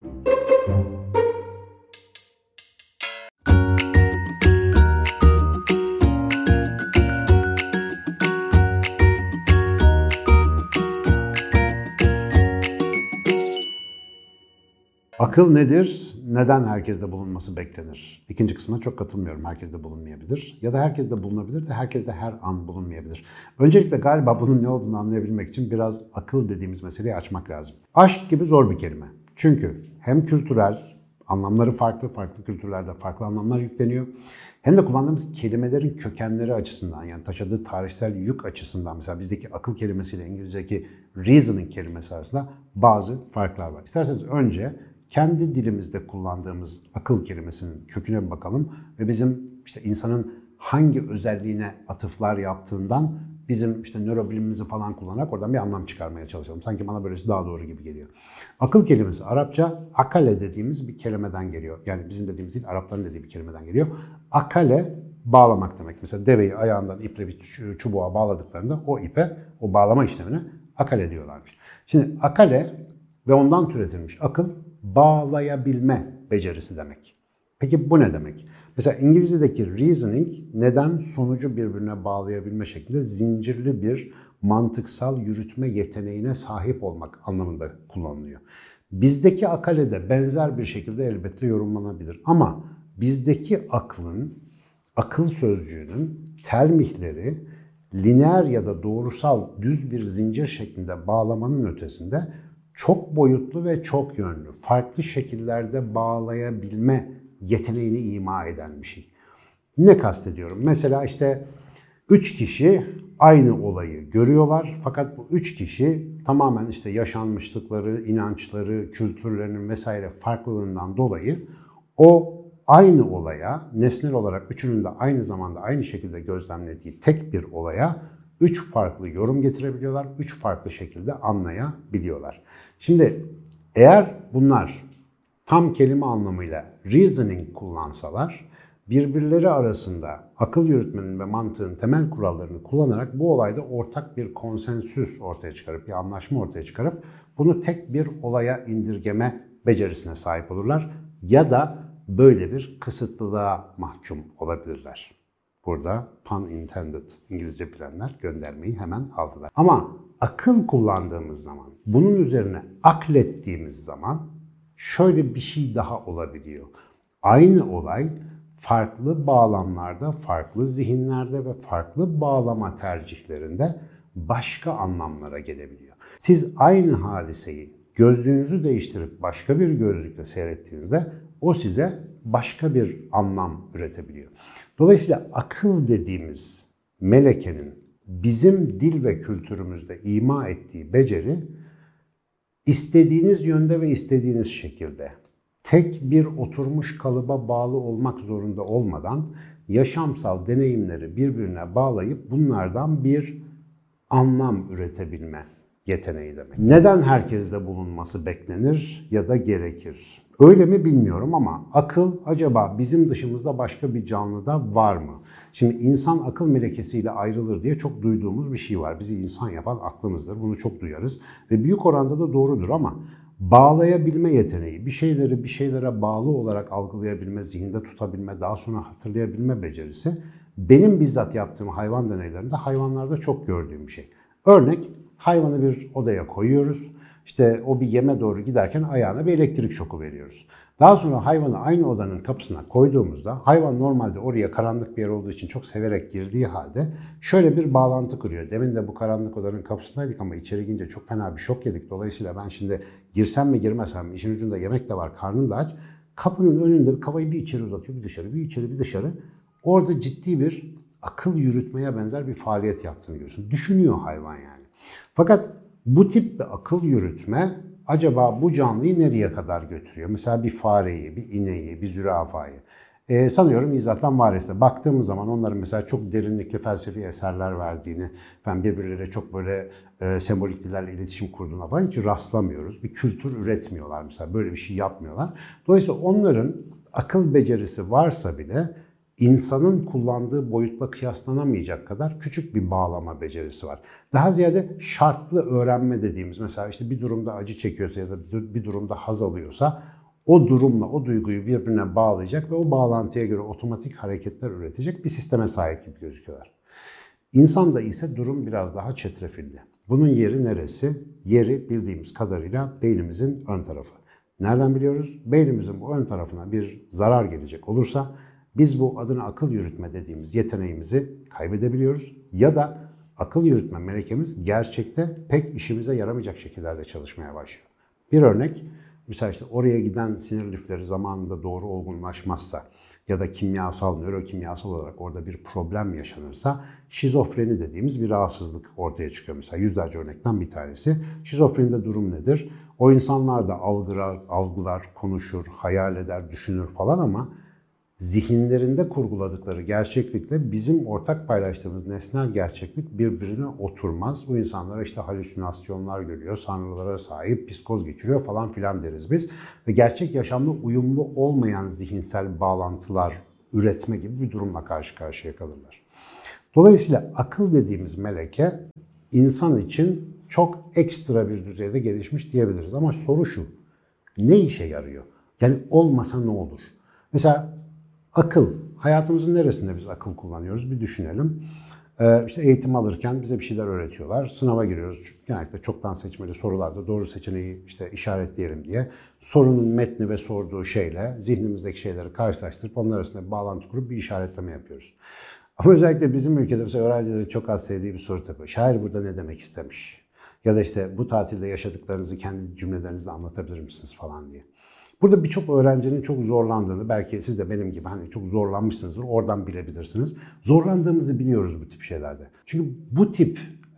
Akıl nedir? Neden herkeste bulunması beklenir? İkinci kısmına çok katılmıyorum. Herkeste bulunmayabilir. Ya da herkeste bulunabilir de herkeste her an bulunmayabilir. Öncelikle galiba bunun ne olduğunu anlayabilmek için biraz akıl dediğimiz meseleyi açmak lazım. Aşk gibi zor bir kelime. Çünkü hem kültürel, anlamları farklı kültürlerde farklı anlamlar yükleniyor. Hem de kullandığımız kelimelerin kökenleri açısından, yani taşıdığı tarihsel yük açısından, mesela bizdeki akıl kelimesiyle İngilizce'deki reasoning kelimesi arasında bazı farklar var. İsterseniz önce kendi dilimizde kullandığımız akıl kelimesinin köküne bir bakalım ve bizim işte insanın hangi özelliğine atıflar yaptığından bizim işte nörobilimimizi falan kullanarak oradan bir anlam çıkarmaya çalışalım. Sanki bana böylesi daha doğru gibi geliyor. Akıl kelimesi Arapça akale dediğimiz bir kelimeden geliyor. Yani bizim dediğimiz değil, Arapların dediği bir kelimeden geliyor. Akale bağlamak demek. Mesela deveyi ayağından iple bir çubuğa bağladıklarında o ipe, o bağlama işlemine akale diyorlarmış. Şimdi akale ve ondan türetilmiş akıl bağlayabilme becerisi demek. Peki bu ne demek? Mesela İngilizce'deki reasoning neden sonucu birbirine bağlayabilme şeklinde zincirli bir mantıksal yürütme yeteneğine sahip olmak anlamında kullanılıyor. Bizdeki akale de benzer bir şekilde elbette yorumlanabilir. Ama bizdeki akıl sözcüğünün termihleri lineer ya da doğrusal düz bir zincir şeklinde bağlamanın ötesinde çok boyutlu ve çok yönlü, farklı şekillerde bağlayabilme yeteneğini ima eden bir şey. Ne kastediyorum? Mesela işte 3 kişi aynı olayı görüyorlar fakat bu 3 kişi tamamen işte yaşanmışlıkları, inançları, kültürlerinin vesaire farklılığından dolayı o aynı olaya, nesnel olarak üçünün de aynı zamanda aynı şekilde gözlemlediği tek bir olaya 3 farklı yorum getirebiliyorlar, 3 farklı şekilde anlayabiliyorlar. Şimdi eğer bunlar tam kelime anlamıyla reasoning kullansalar, birbirleri arasında akıl yürütmenin ve mantığın temel kurallarını kullanarak bu olayda ortak bir konsensüs ortaya çıkarıp, bir anlaşma ortaya çıkarıp bunu tek bir olaya indirgeme becerisine sahip olurlar ya da böyle bir kısıtlılığa mahkum olabilirler. Burada pun intended, İngilizce bilenler göndermeyi hemen aldılar. Ama akıl kullandığımız zaman, bunun üzerine aklettiğimiz zaman şöyle bir şey daha olabiliyor. Aynı olay farklı bağlamlarda, farklı zihinlerde ve farklı bağlama tercihlerinde başka anlamlara gelebiliyor. Siz aynı hadiseyi gözlüğünüzü değiştirip başka bir gözlükle seyrettiğinizde o size başka bir anlam üretebiliyor. Dolayısıyla akıl dediğimiz melekenin bizim dil ve kültürümüzde ima ettiği beceri, istediğiniz yönde ve istediğiniz şekilde tek bir oturmuş kalıba bağlı olmak zorunda olmadan yaşamsal deneyimleri birbirine bağlayıp bunlardan bir anlam üretebilme yeteneği demek. Neden herkeste bulunması beklenir ya da gerekir? Öyle mi bilmiyorum ama akıl acaba bizim dışımızda başka bir canlıda var mı? Şimdi insan akıl melekesiyle ayrılır diye çok duyduğumuz bir şey var. Bizi insan yapan aklımızdır. Bunu çok duyarız ve büyük oranda da doğrudur ama bağlayabilme yeteneği, bir şeyleri bir şeylere bağlı olarak algılayabilme, zihinde tutabilme, daha sonra hatırlayabilme becerisi benim bizzat yaptığım hayvan deneylerinde hayvanlarda çok gördüğüm bir şey. Örnek, hayvanı bir odaya koyuyoruz. İşte o bir yeme doğru giderken ayağına bir elektrik şoku veriyoruz. Daha sonra hayvanı aynı odanın kapısına koyduğumuzda hayvan normalde oraya karanlık bir yer olduğu için çok severek girdiği halde şöyle bir bağlantı kuruyor. Demin de bu karanlık odanın kapısındaydık ama içeri girince çok fena bir şok yedik. Dolayısıyla ben şimdi girsem mi girmesem mi, işin ucunda yemek de var, karnım da aç. Kapının önünde kafayı bir içeri uzatıyor, bir dışarı, bir içeri, bir dışarı. Orada ciddi bir akıl yürütmeye benzer bir faaliyet yaptığını görüyorsun. Düşünüyor hayvan yani. Fakat bu tip bir akıl yürütme acaba bu canlıyı nereye kadar götürüyor? Mesela bir fareyi, bir ineği, bir zürafayı. Sanıyorum İzzat'tan Varis'te baktığımız zaman onların mesela çok derinlikli felsefi eserler verdiğini, birbirleriyle çok böyle sembolik dillerle iletişim kurduğuna falan hiç rastlamıyoruz. Bir kültür üretmiyorlar mesela, böyle bir şey yapmıyorlar. Dolayısıyla onların akıl becerisi varsa bile insanın kullandığı boyutla kıyaslanamayacak kadar küçük bir bağlama becerisi var. Daha ziyade şartlı öğrenme dediğimiz, mesela işte bir durumda acı çekiyorsa ya da bir durumda haz alıyorsa o durumla o duyguyu birbirine bağlayacak ve o bağlantıya göre otomatik hareketler üretecek bir sisteme sahip gibi gözüküyorlar. İnsanda ise durum biraz daha çetrefilli. Bunun yeri neresi? Yeri bildiğimiz kadarıyla beynimizin ön tarafı. Nereden biliyoruz? Beynimizin bu ön tarafına bir zarar gelecek olursa biz bu adına akıl yürütme dediğimiz yeteneğimizi kaybedebiliyoruz ya da akıl yürütme melekemiz gerçekte pek işimize yaramayacak şekillerde çalışmaya başlıyor. Bir örnek, mesela işte oraya giden sinir lifleri zamanında doğru olgunlaşmazsa ya da kimyasal, nörokimyasal olarak orada bir problem yaşanırsa şizofreni dediğimiz bir rahatsızlık ortaya çıkıyor. Mesela yüzlerce örnekten bir tanesi. Şizofrenide durum nedir? O insanlar da algılar, konuşur, hayal eder, düşünür falan ama zihinlerinde kurguladıkları gerçeklikle bizim ortak paylaştığımız nesnel gerçeklik birbirine oturmaz. Bu insanlara işte halüsinasyonlar görüyor, sanrılara sahip, psikoz geçiriyor falan filan deriz biz. Ve gerçek yaşamla uyumlu olmayan zihinsel bağlantılar üretme gibi bir durumla karşı karşıya kalırlar. Dolayısıyla akıl dediğimiz meleke insan için çok ekstra bir düzeyde gelişmiş diyebiliriz. Ama soru şu, ne işe yarıyor? Yani olmasa ne olur? Mesela akıl, hayatımızın neresinde biz akıl kullanıyoruz bir düşünelim. İşte eğitim alırken bize bir şeyler öğretiyorlar. Sınava giriyoruz. Genellikle çoktan seçmeli sorularda doğru seçeneği işte işaretleyelim diye sorunun metni ve sorduğu şeyle zihnimizdeki şeyleri karşılaştırıp onlar arasında bir bağlantı kurup bir işaretleme yapıyoruz. Ama özellikle bizim ülkede mesela öğrencilerin çok az sevdiği bir soru tabii. Şair burada ne demek istemiş? Ya da işte bu tatilde yaşadıklarınızı kendi cümlelerinizle anlatabilir misiniz falan diye. Burada birçok öğrencinin çok zorlandığını, belki siz de benim gibi hani çok zorlanmışsınızdır, oradan bilebilirsiniz. Zorlandığımızı biliyoruz bu tip şeylerde. Çünkü bu tip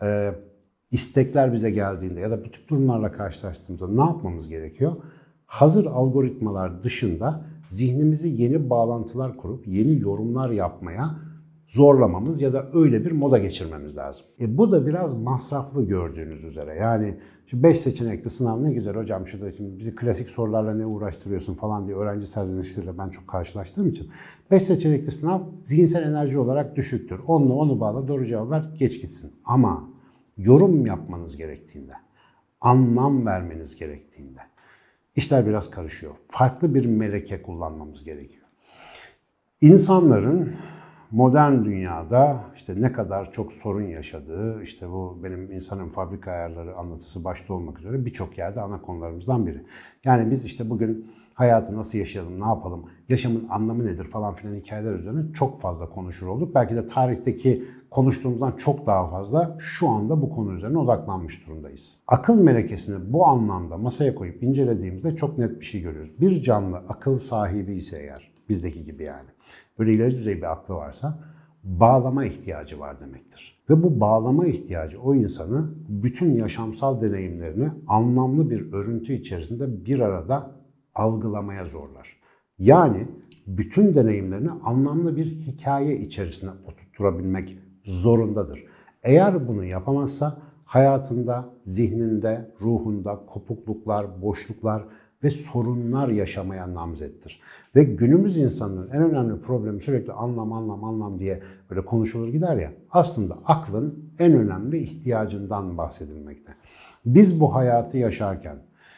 istekler bize geldiğinde ya da bu tip durumlarla karşılaştığımızda ne yapmamız gerekiyor? Hazır algoritmalar dışında zihnimizi yeni bağlantılar kurup yeni yorumlar yapmaya zorlamamız ya da öyle bir moda geçirmemiz lazım. Bu da biraz masraflı gördüğünüz üzere. Yani şu 5 seçenekli sınav ne güzel hocam, şurada şimdi bizi klasik sorularla ne uğraştırıyorsun falan diye öğrenci serzenişleriyle ben çok karşılaştığım için 5 seçenekli sınav zihinsel enerji olarak düşüktür. Onunla onu bağla, doğru cevap ver, geç gitsin. Ama yorum yapmanız gerektiğinde, anlam vermeniz gerektiğinde işler biraz karışıyor. Farklı bir meleke kullanmamız gerekiyor. İnsanların modern dünyada işte ne kadar çok sorun yaşadığı, işte bu benim insanın fabrika ayarları anlatısı başta olmak üzere birçok yerde ana konularımızdan biri. Yani biz işte bugün hayatı nasıl yaşayalım, ne yapalım, yaşamın anlamı nedir falan filan hikayeler üzerine çok fazla konuşur olduk. Belki de tarihteki konuştuğumuzdan çok daha fazla şu anda bu konu üzerine odaklanmış durumdayız. Akıl melekesini bu anlamda masaya koyup incelediğimizde çok net bir şey görüyoruz. Bir canlı akıl sahibi ise eğer, bizdeki gibi yani, böyle ileri düzey bir aklı varsa bağlama ihtiyacı var demektir. Ve bu bağlama ihtiyacı o insanı bütün yaşamsal deneyimlerini anlamlı bir örüntü içerisinde bir arada algılamaya zorlar. Yani bütün deneyimlerini anlamlı bir hikaye içerisine oturtturabilmek zorundadır. Eğer bunu yapamazsa hayatında, zihninde, ruhunda kopukluklar, boşluklar ve sorunlar yaşamaya namzettir. Ve günümüz insanının en önemli problemi sürekli anlam diye böyle konuşulur gider ya. Aslında aklın en önemli ihtiyacından bahsedilmekte. Biz bu hayatı yaşarken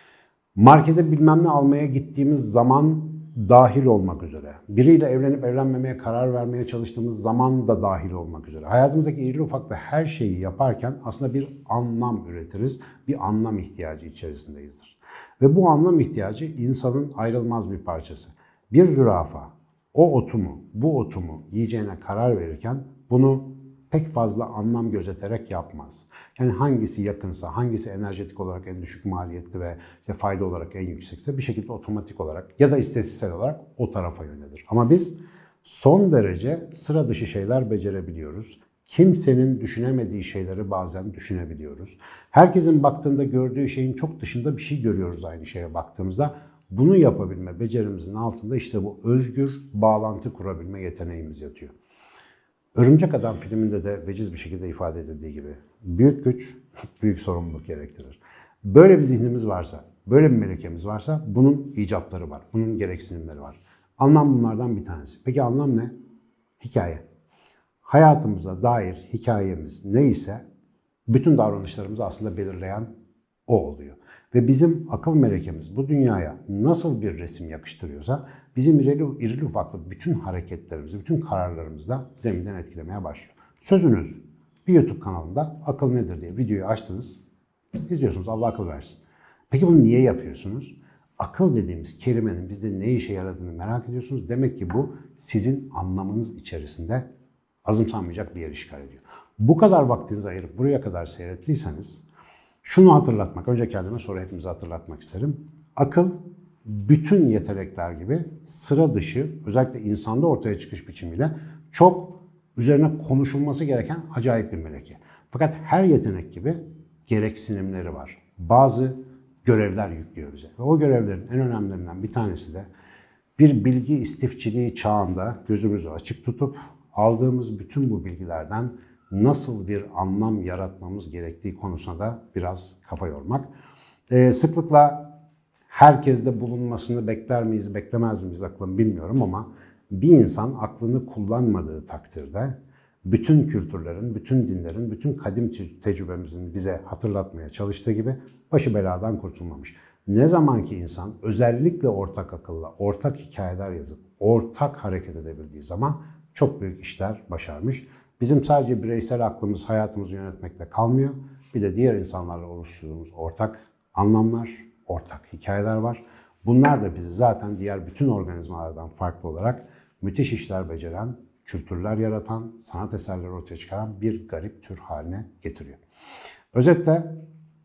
markete bilmem ne almaya gittiğimiz zaman dahil olmak üzere, biriyle evlenip evlenmemeye karar vermeye çalıştığımız zaman da dahil olmak üzere, hayatımızdaki irili ufaklı her şeyi yaparken aslında bir anlam üretiriz, bir anlam ihtiyacı içerisindeyizdir. Ve bu anlam ihtiyacı insanın ayrılmaz bir parçası. Bir zürafa o otu mu, bu otu mu yiyeceğine karar verirken bunu pek fazla anlam gözeterek yapmaz. Yani hangisi yakınsa, hangisi enerjetik olarak en düşük maliyetli ve işte fayda olarak en yüksekse bir şekilde otomatik olarak ya da istatistiksel olarak o tarafa yönelir. Ama biz son derece sıra dışı şeyler becerebiliyoruz. Kimsenin düşünemediği şeyleri bazen düşünebiliyoruz. Herkesin baktığında gördüğü şeyin çok dışında bir şey görüyoruz aynı şeye baktığımızda. Bunu yapabilme becerimizin altında işte bu özgür bağlantı kurabilme yeteneğimiz yatıyor. Örümcek Adam filminde de veciz bir şekilde ifade edildiği gibi büyük güç, büyük sorumluluk gerektirir. Böyle bir zihnimiz varsa, böyle bir melekemiz varsa bunun icapları var, bunun gereksinimleri var. Anlam bunlardan bir tanesi. Peki anlam ne? Hikaye. Hayatımıza dair hikayemiz neyse bütün davranışlarımızı aslında belirleyen o oluyor. Ve bizim akıl melekemiz bu dünyaya nasıl bir resim yakıştırıyorsa bizim irili ufaklı bütün hareketlerimizi, bütün kararlarımızı da zeminden etkilemeye başlıyor. Sözünüz bir YouTube kanalında akıl nedir diye videoyu açtınız, izliyorsunuz, Allah akıl versin. Peki bunu niye yapıyorsunuz? Akıl dediğimiz kelimenin bizde ne işe yaradığını merak ediyorsunuz. Demek ki bu sizin anlamınız içerisinde azımsanmayacak bir yer işgal ediyor. Bu kadar vaktinizi ayırıp buraya kadar seyrettiyseniz şunu hatırlatmak, önce kendime sonra hepimize hatırlatmak isterim. Akıl bütün yetenekler gibi sıra dışı, özellikle insanda ortaya çıkış biçimiyle çok üzerine konuşulması gereken acayip bir meleke. Fakat her yetenek gibi gereksinimleri var. Bazı görevler yüklüyor bize. Ve o görevlerin en önemlilerinden bir tanesi de bir bilgi istifçiliği çağında gözümüzü açık tutup aldığımız bütün bu bilgilerden nasıl bir anlam yaratmamız gerektiği konusuna da biraz kafa yormak. Sıklıkla herkeste bulunmasını bekler miyiz, beklemez miyiz aklım bilmiyorum ama bir insan aklını kullanmadığı takdirde bütün kültürlerin, bütün dinlerin, bütün kadim tecrübemizin bize hatırlatmaya çalıştığı gibi başı beladan kurtulmamış. Ne zaman ki insan özellikle ortak akılla, ortak hikayeler yazıp ortak hareket edebildiği zaman çok büyük işler başarmış. Bizim sadece bireysel aklımız hayatımızı yönetmekle kalmıyor. Bir de diğer insanlarla oluşturduğumuz ortak anlamlar, ortak hikayeler var. Bunlar da bizi zaten diğer bütün organizmalardan farklı olarak müthiş işler beceren, kültürler yaratan, sanat eserleri ortaya çıkaran bir garip tür haline getiriyor. Özetle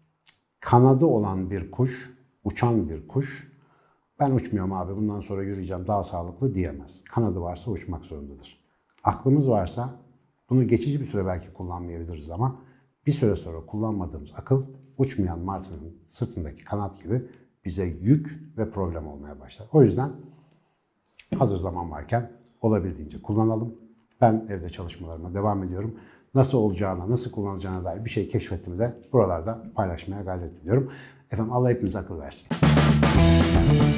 kanadı olan bir kuş, uçan bir kuş, ben uçmuyorum abi bundan sonra yürüyeceğim daha sağlıklı diyemez. Kanadı varsa uçmak zorundadır. Aklımız varsa bunu geçici bir süre belki kullanmayabiliriz ama bir süre sonra kullanmadığımız akıl uçmayan martının sırtındaki kanat gibi bize yük ve problem olmaya başlar. O yüzden hazır zaman varken olabildiğince kullanalım. Ben evde çalışmalarıma devam ediyorum. Nasıl olacağına, nasıl kullanılacağına dair bir şey keşfettiğimi de buralarda paylaşmaya gayret ediyorum. Efendim Allah hepimize akıl versin.